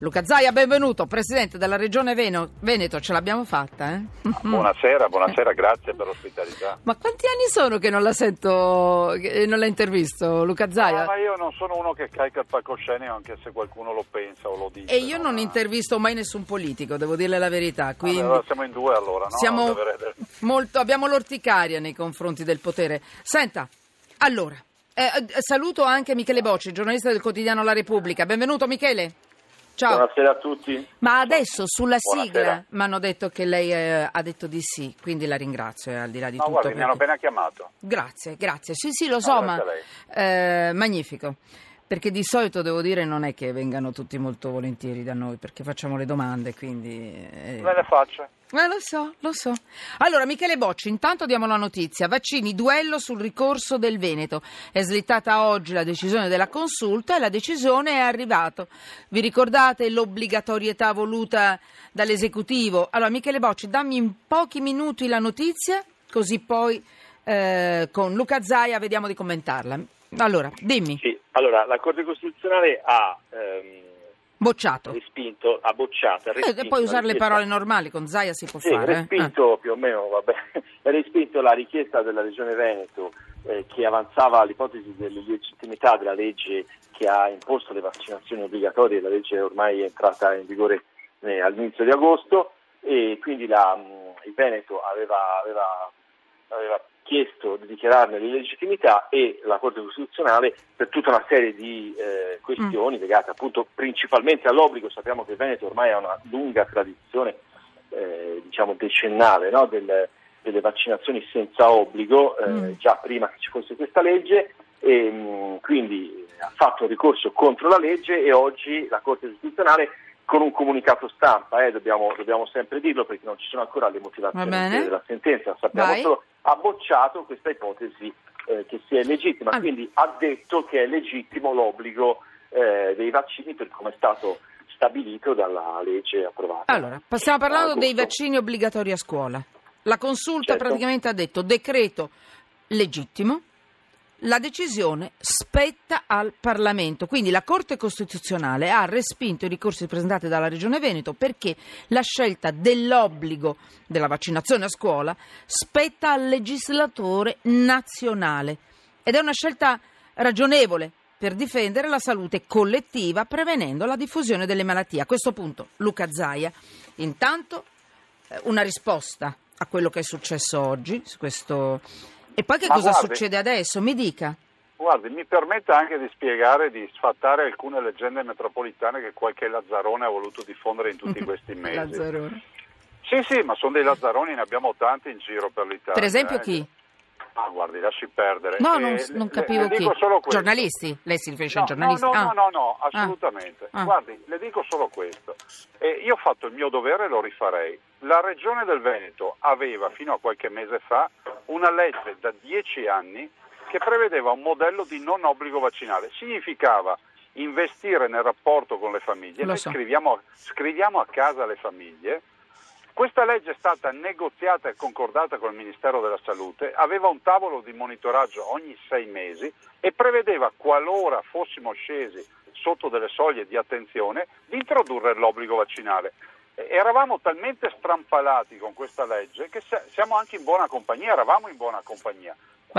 Luca Zaia, benvenuto, presidente della Regione Veneto, ce l'abbiamo fatta, eh? Buonasera, grazie per l'ospitalità. Ma quanti anni sono che non la sento, che non la intervisto, Luca Zaia? Ma io non sono uno che carica il palcoscenico, anche se qualcuno lo pensa o lo dice. E io non intervisto mai nessun politico, devo dirle la verità. Quindi allora siamo in due allora, no? Siamo abbiamo l'orticaria nei confronti del potere. Senta, allora, saluto anche Michele Bocci, giornalista del quotidiano La Repubblica. Benvenuto Michele. Ciao. Buonasera a tutti. Ma adesso sulla Buonasera. sigla mi hanno detto che lei ha detto di sì, quindi la ringrazio al di là di tutto. Guardi, mi hanno appena chiamato. Grazie. Sì, lo so, ma magnifico. Perché di solito, devo dire, non è che vengano tutti molto volentieri da noi, perché facciamo le domande, quindi... Me le faccio. Lo so. Allora, Michele Bocci, intanto diamo la notizia. Vaccini, duello sul ricorso del Veneto. È slittata oggi la decisione della Consulta e la decisione è arrivata. Vi ricordate l'obbligatorietà voluta dall'esecutivo? Allora, Michele Bocci, dammi in pochi minuti la notizia, così poi con Luca Zaia vediamo di commentarla. Allora, dimmi. Sì, allora la Corte Costituzionale ha bocciato. respinto, ha bocciato. Puoi usare le parole normali, con Zaia si può fare. Respinto più o meno, vabbè, ha respinto la richiesta della Regione Veneto che avanzava l'ipotesi dell'illegittimità della legge che ha imposto le vaccinazioni obbligatorie. La legge ormai è entrata in vigore all'inizio di agosto e quindi il Veneto aveva chiesto di dichiararne l'illegittimità e la Corte Costituzionale, per tutta una serie di questioni legate appunto principalmente all'obbligo. Sappiamo che il Veneto ormai ha una lunga tradizione decennale, no? delle vaccinazioni senza obbligo, già prima che ci fosse questa legge, e quindi ha fatto un ricorso contro la legge e oggi la Corte Costituzionale, con un comunicato stampa, dobbiamo sempre dirlo perché non ci sono ancora le motivazioni della sentenza, sappiamo solo, ha bocciato questa ipotesi che sia legittima, quindi ha detto che è legittimo l'obbligo dei vaccini per come è stato stabilito dalla legge approvata. Allora, stiamo parlando dei vaccini obbligatori a scuola. La Consulta praticamente ha detto decreto legittimo, la decisione spetta al Parlamento, quindi la Corte Costituzionale ha respinto i ricorsi presentati dalla Regione Veneto perché la scelta dell'obbligo della vaccinazione a scuola spetta al legislatore nazionale ed è una scelta ragionevole per difendere la salute collettiva prevenendo la diffusione delle malattie. A questo punto, Luca Zaia, intanto una risposta a quello che è successo oggi su questo. E poi che cosa succede adesso? Mi dica. Guardi, mi permetta anche di spiegare, di sfatare alcune leggende metropolitane che qualche lazzarone ha voluto diffondere in tutti questi mesi. Lazzarone. Sì, ma sono dei lazzaroni, ne abbiamo tanti in giro per l'Italia. Per esempio chi? Guardi, lasci perdere. No, non capivo chi. Giornalisti? Lei si riferisce ai giornalisti? No, assolutamente. Guardi, le dico solo questo. Io ho fatto il mio dovere e lo rifarei. La Regione del Veneto aveva fino a qualche mese fa una legge da 10 anni che prevedeva un modello di non obbligo vaccinale. Significava investire nel rapporto con le famiglie. Noi scriviamo a casa le famiglie. Questa legge è stata negoziata e concordata con il Ministero della Salute, aveva un tavolo di monitoraggio ogni 6 mesi e prevedeva, qualora fossimo scesi sotto delle soglie di attenzione, di introdurre l'obbligo vaccinale. Eravamo talmente strampalati con questa legge che siamo anche in buona compagnia, eravamo in buona compagnia.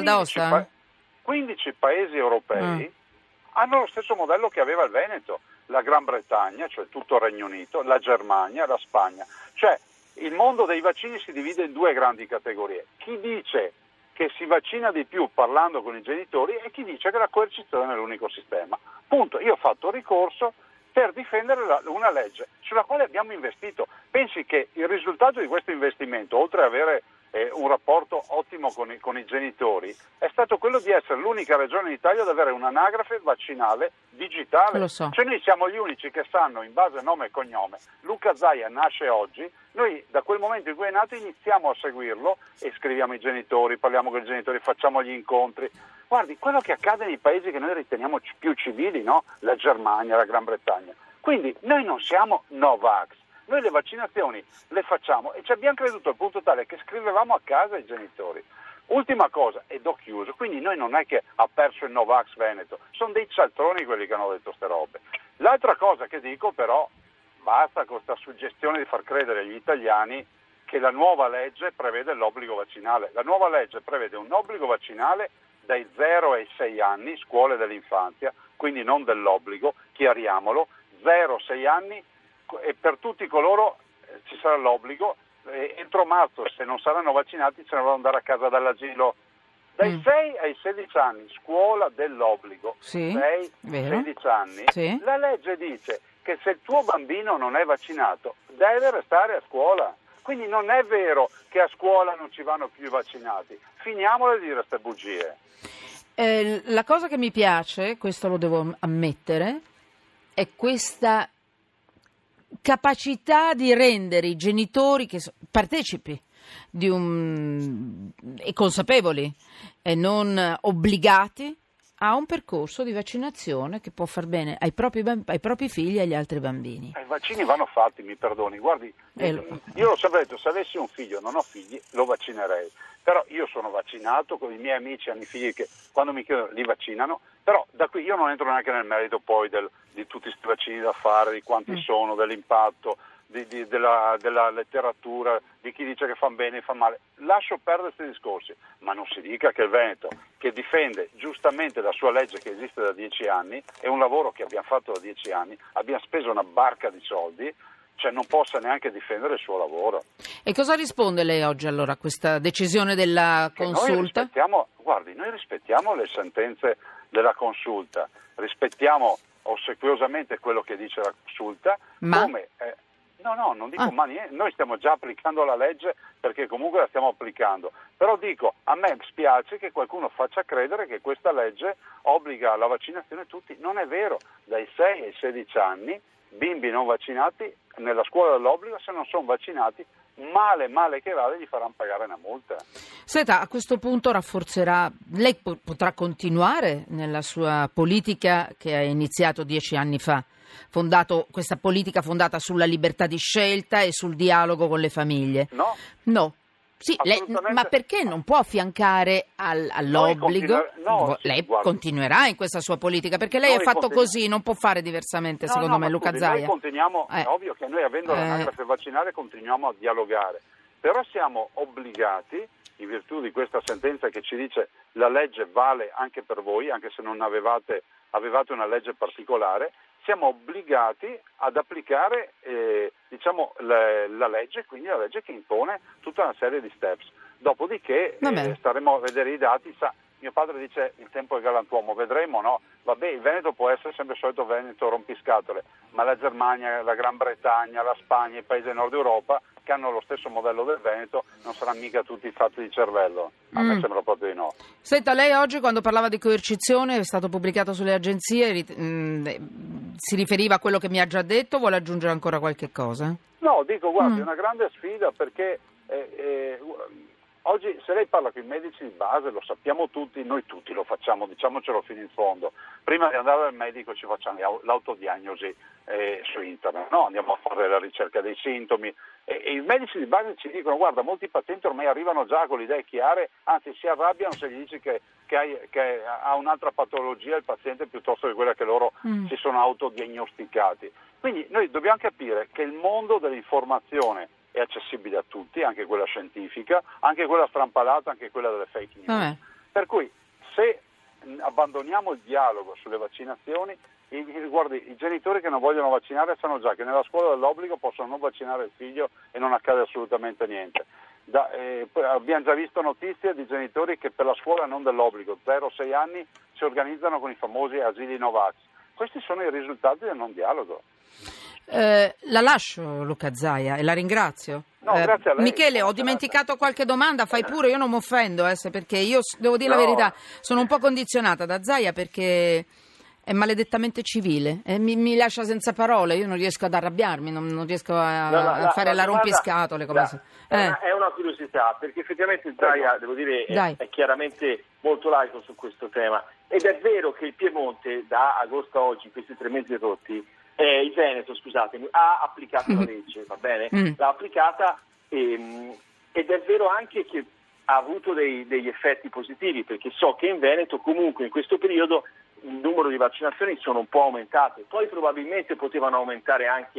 15 paesi europei hanno lo stesso modello che aveva il Veneto, la Gran Bretagna, cioè tutto il Regno Unito, la Germania, la Spagna. Cioè il mondo dei vaccini si divide in due grandi categorie. Chi dice che si vaccina di più parlando con i genitori e chi dice che la coercizione è l'unico sistema. Punto. Io ho fatto ricorso per difendere una legge sulla quale abbiamo investito. Pensi che il risultato di questo investimento, oltre ad avere un rapporto ottimo con i genitori, è stato quello di essere l'unica regione in Italia ad avere un'anagrafe vaccinale digitale. Lo so. Cioè noi siamo gli unici che sanno in base a nome e cognome. Luca Zaia nasce oggi, noi da quel momento in cui è nato iniziamo a seguirlo e scriviamo ai genitori, parliamo con i genitori, facciamo gli incontri. Guardi, quello che accade nei paesi che noi riteniamo più civili, no? La Germania, la Gran Bretagna. Quindi noi non siamo Novax. Noi le vaccinazioni le facciamo e ci abbiamo creduto al punto tale che scrivevamo a casa ai genitori. Ultima cosa, ed ho chiuso, quindi noi non è che ha perso il Novax Veneto, sono dei cialtroni quelli che hanno detto ste robe. L'altra cosa che dico però basta con questa suggestione di far credere agli italiani che la nuova legge prevede l'obbligo vaccinale. La nuova legge prevede un obbligo vaccinale dai 0 ai 6 anni, scuole dell'infanzia, quindi non dell'obbligo, chiariamolo, 0-6 anni e per tutti coloro ci sarà l'obbligo. Entro marzo, se non saranno vaccinati, se ne dovranno andare a casa dall'asilo. Dai 6 ai 16 anni, scuola dell'obbligo, sì, 6-16 anni, sì. La legge dice che se il tuo bambino non è vaccinato deve restare a scuola. Quindi non è vero che a scuola non ci vanno più i vaccinati. Finiamola di dire queste bugie. La cosa che mi piace, questo lo devo ammettere, è questa capacità di rendere i genitori che partecipi e consapevoli e non obbligati a un percorso di vaccinazione che può far bene ai propri figli e agli altri bambini. I vaccini vanno fatti, mi perdoni. Guardi, io l'ho sempre detto, se avessi un figlio, non ho figli, lo vaccinerei. Però io sono vaccinato, con i miei amici hanno i figli che quando mi chiedono li vaccinano, però da qui io non entro neanche nel merito poi di tutti questi vaccini da fare, di quanti sono, dell'impatto, della letteratura, di chi dice che fanno bene e fanno male. Lascio perdere questi discorsi, ma non si dica che il Veneto, che difende giustamente la sua legge che esiste da 10 anni, è un lavoro che abbiamo fatto da 10 anni, abbiamo speso una barca di soldi, cioè non possa neanche difendere il suo lavoro. E cosa risponde lei oggi allora a questa decisione della consulta? Noi rispettiamo le sentenze della consulta, rispettiamo ossequiosamente quello che dice la consulta, ma? Come... No, non dico ma niente, noi stiamo già applicando la legge perché comunque la stiamo applicando, però dico, a me spiace che qualcuno faccia credere che questa legge obbliga la vaccinazione a tutti, non è vero, dai 6 ai 16 anni bimbi non vaccinati nella scuola dell'obbligo, se non sono vaccinati male che vada gli faranno pagare una multa. Senta, a questo punto rafforzerà, lei potrà continuare nella sua politica che ha iniziato 10 anni fa, questa politica fondata sulla libertà di scelta e sul dialogo con le famiglie? No. Sì, ma perché non può affiancare all'obbligo? Lei continuerà in questa sua politica, perché lei è fatto così, non può fare diversamente, secondo me, Luca Zaia. Noi continuiamo, è ovvio che noi avendo l'anagrafe vaccinale continuiamo a dialogare, però siamo obbligati, in virtù di questa sentenza che ci dice la legge vale anche per voi, anche se non avevate una legge particolare, siamo obbligati ad applicare la legge, quindi la legge che impone tutta una serie di steps. Dopodiché staremo a vedere i dati. Mio padre dice il tempo è galantuomo, vedremo, no? Vabbè, il Veneto può essere sempre il solito Veneto rompiscatole, ma la Germania, la Gran Bretagna, la Spagna, i paesi del Nord Europa che hanno lo stesso modello del Veneto non saranno mica tutti fatti di cervello. A me sembra proprio di no. Senta, lei oggi quando parlava di coercizione, è stato pubblicato sulle agenzie, si riferiva a quello che mi ha già detto, vuole aggiungere ancora qualche cosa? No, dico, guardi, è una grande sfida perché oggi se lei parla con i medici di base, lo sappiamo tutti, noi tutti lo facciamo, diciamocelo fino in fondo. Prima di andare dal medico ci facciamo l'autodiagnosi su internet, no? Andiamo a fare la ricerca dei sintomi e i medici di base ci dicono guarda, molti pazienti ormai arrivano già con le idee chiare, anzi si arrabbiano se gli dici che ha un'altra patologia il paziente piuttosto che quella che loro si sono autodiagnosticati. Quindi noi dobbiamo capire che il mondo dell'informazione è accessibile a tutti, anche quella scientifica, anche quella strampalata, anche quella delle fake news. Per cui se abbandoniamo il dialogo sulle vaccinazioni, guardi, i genitori che non vogliono vaccinare sanno già che nella scuola dell'obbligo possono non vaccinare il figlio e non accade assolutamente niente. Abbiamo già visto notizie di genitori che per la scuola non dell'obbligo, 0-6 anni, si organizzano con i famosi asili Novax. Questi sono i risultati del non dialogo. La lascio, Luca Zaia, e la ringrazio. No, grazie a lei. Michele, ho dimenticato qualche domanda, fai pure, io non mi offendo, perché io devo dire la verità, sono un po' condizionata da Zaia perché è maledettamente civile, mi lascia senza parole, io non riesco ad arrabbiarmi, non riesco a fare la rompiscatole. È una curiosità, perché effettivamente Zaia, devo dire, è chiaramente molto laico su questo tema, ed è vero che il Piemonte da agosto a oggi, questi 3 mesi rotti, il Veneto, scusatemi, ha applicato la legge, va bene? L'ha applicata ed è vero anche che ha avuto degli effetti positivi, perché so che in Veneto comunque in questo periodo il numero di vaccinazioni sono un po' aumentate, poi probabilmente potevano aumentare anche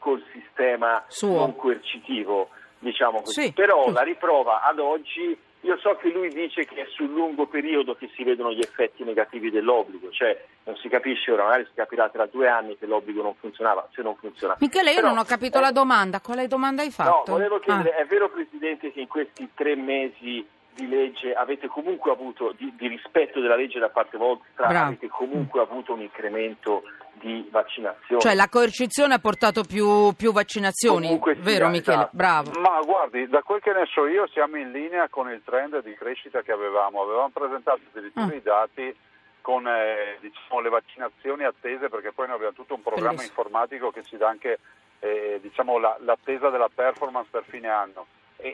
col sistema non coercitivo, diciamo così. Sì. Però la riprova ad oggi, io so che lui dice che è sul lungo periodo che si vedono gli effetti negativi dell'obbligo, cioè non si capisce ora, magari si capirà tra 2 anni che l'obbligo non funzionava, se non funziona. Michele, io non ho capito la domanda, quale domanda hai fatto? No, volevo chiedere, è vero Presidente che in questi 3 mesi di legge avete comunque avuto, di rispetto della legge da parte vostra, avete comunque avuto un incremento di vaccinazioni? Cioè la coercizione ha portato più vaccinazioni, comunque vero Michele? Esatto. Bravo. Ma guardi, da quel che ne so io siamo in linea con il trend di crescita che avevamo presentato addirittura i dati con diciamo, le vaccinazioni attese, perché poi noi abbiamo tutto un programma informatico che ci dà anche diciamo, l'attesa della performance per fine anno.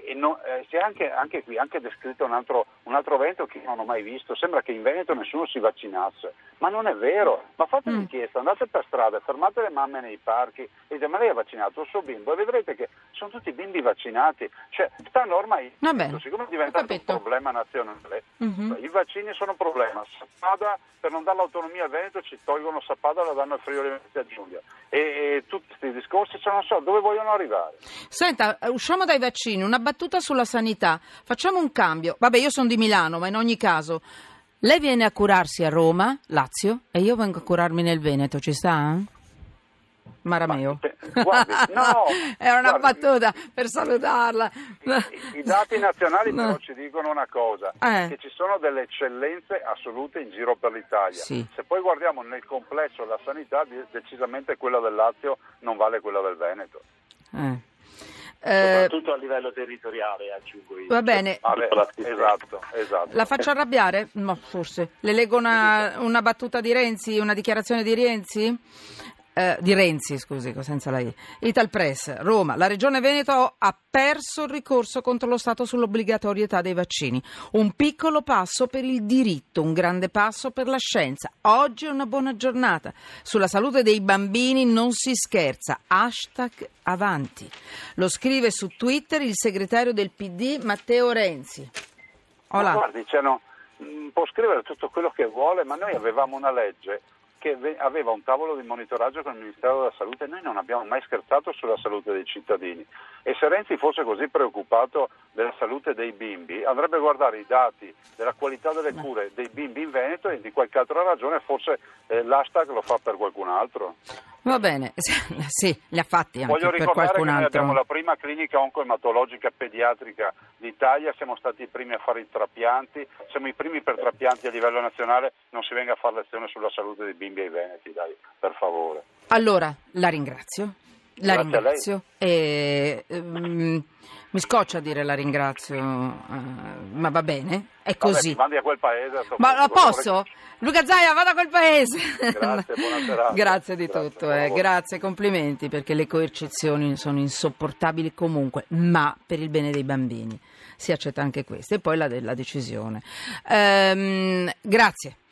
Si è anche qui descritto un altro evento che non ho mai visto. Sembra che in Veneto nessuno si vaccinasse, ma non è vero. Ma fate un'inchiesta, andate per strada, fermate le mamme nei parchi e dite: ma lei ha vaccinato il suo bimbo? E vedrete che sono tutti bimbi vaccinati. Cioè, stanno ormai, siccome è diventato un problema nazionale, i vaccini sono un problema. Sappada, per non dare l'autonomia al Veneto, ci tolgono Sappada, la danno al Friuli Venezia Giulia. E tutti questi discorsi, cioè non so dove vogliono arrivare. Senta, usciamo dai vaccini, una battuta sulla sanità, facciamo un cambio. Vabbè, io sono di Milano, ma in ogni caso lei viene a curarsi a Roma, Lazio, e io vengo a curarmi nel Veneto, ci sta? Marameo. Guardi, no, era una battuta per salutarla. I dati nazionali però ci dicono una cosa, che ci sono delle eccellenze assolute in giro per l'Italia. Sì. Se poi guardiamo nel complesso la sanità, decisamente quella del Lazio non vale quella del Veneto. Soprattutto a livello territoriale, aggiungo io. Va bene. Esatto. La faccio arrabbiare? No, forse. Le leggo una battuta di Renzi, una dichiarazione di Renzi? Di Renzi, scusi, senza la I. Italpress, Roma. La Regione Veneto ha perso il ricorso contro lo Stato sull'obbligatorietà dei vaccini. Un piccolo passo per il diritto, un grande passo per la scienza. Oggi è una buona giornata. Sulla salute dei bambini non si scherza. #avanti. Lo scrive su Twitter il segretario del PD Matteo Renzi. Ma guardi, può scrivere tutto quello che vuole, ma noi avevamo una legge che aveva un tavolo di monitoraggio con il Ministero della Salute e noi non abbiamo mai scherzato sulla salute dei cittadini. E se Renzi fosse così preoccupato della salute dei bimbi, andrebbe a guardare i dati della qualità delle cure dei bimbi in Veneto e di qualche altra ragione forse l'hashtag lo fa per qualcun altro. Va bene, sì, li ha fatti anche Voglio per qualcun altro. Voglio ricordare che noi abbiamo la prima clinica oncoematologica pediatrica d'Italia, siamo stati i primi a fare i trapianti, siamo i primi per trapianti a livello nazionale, non si venga a fare lezione sulla salute dei bimbi ai veneti, dai, per favore. Allora, la ringrazio. E mi scoccia dire la ringrazio, ma va bene, è così. Mandi a quel paese. Ma lo posso? Luca Zaia, vado a quel paese. Grazie, buona serata. Grazie di tutto, grazie, complimenti, perché le coercizioni sono insopportabili comunque, ma per il bene dei bambini si accetta anche questo. E poi la decisione. Grazie.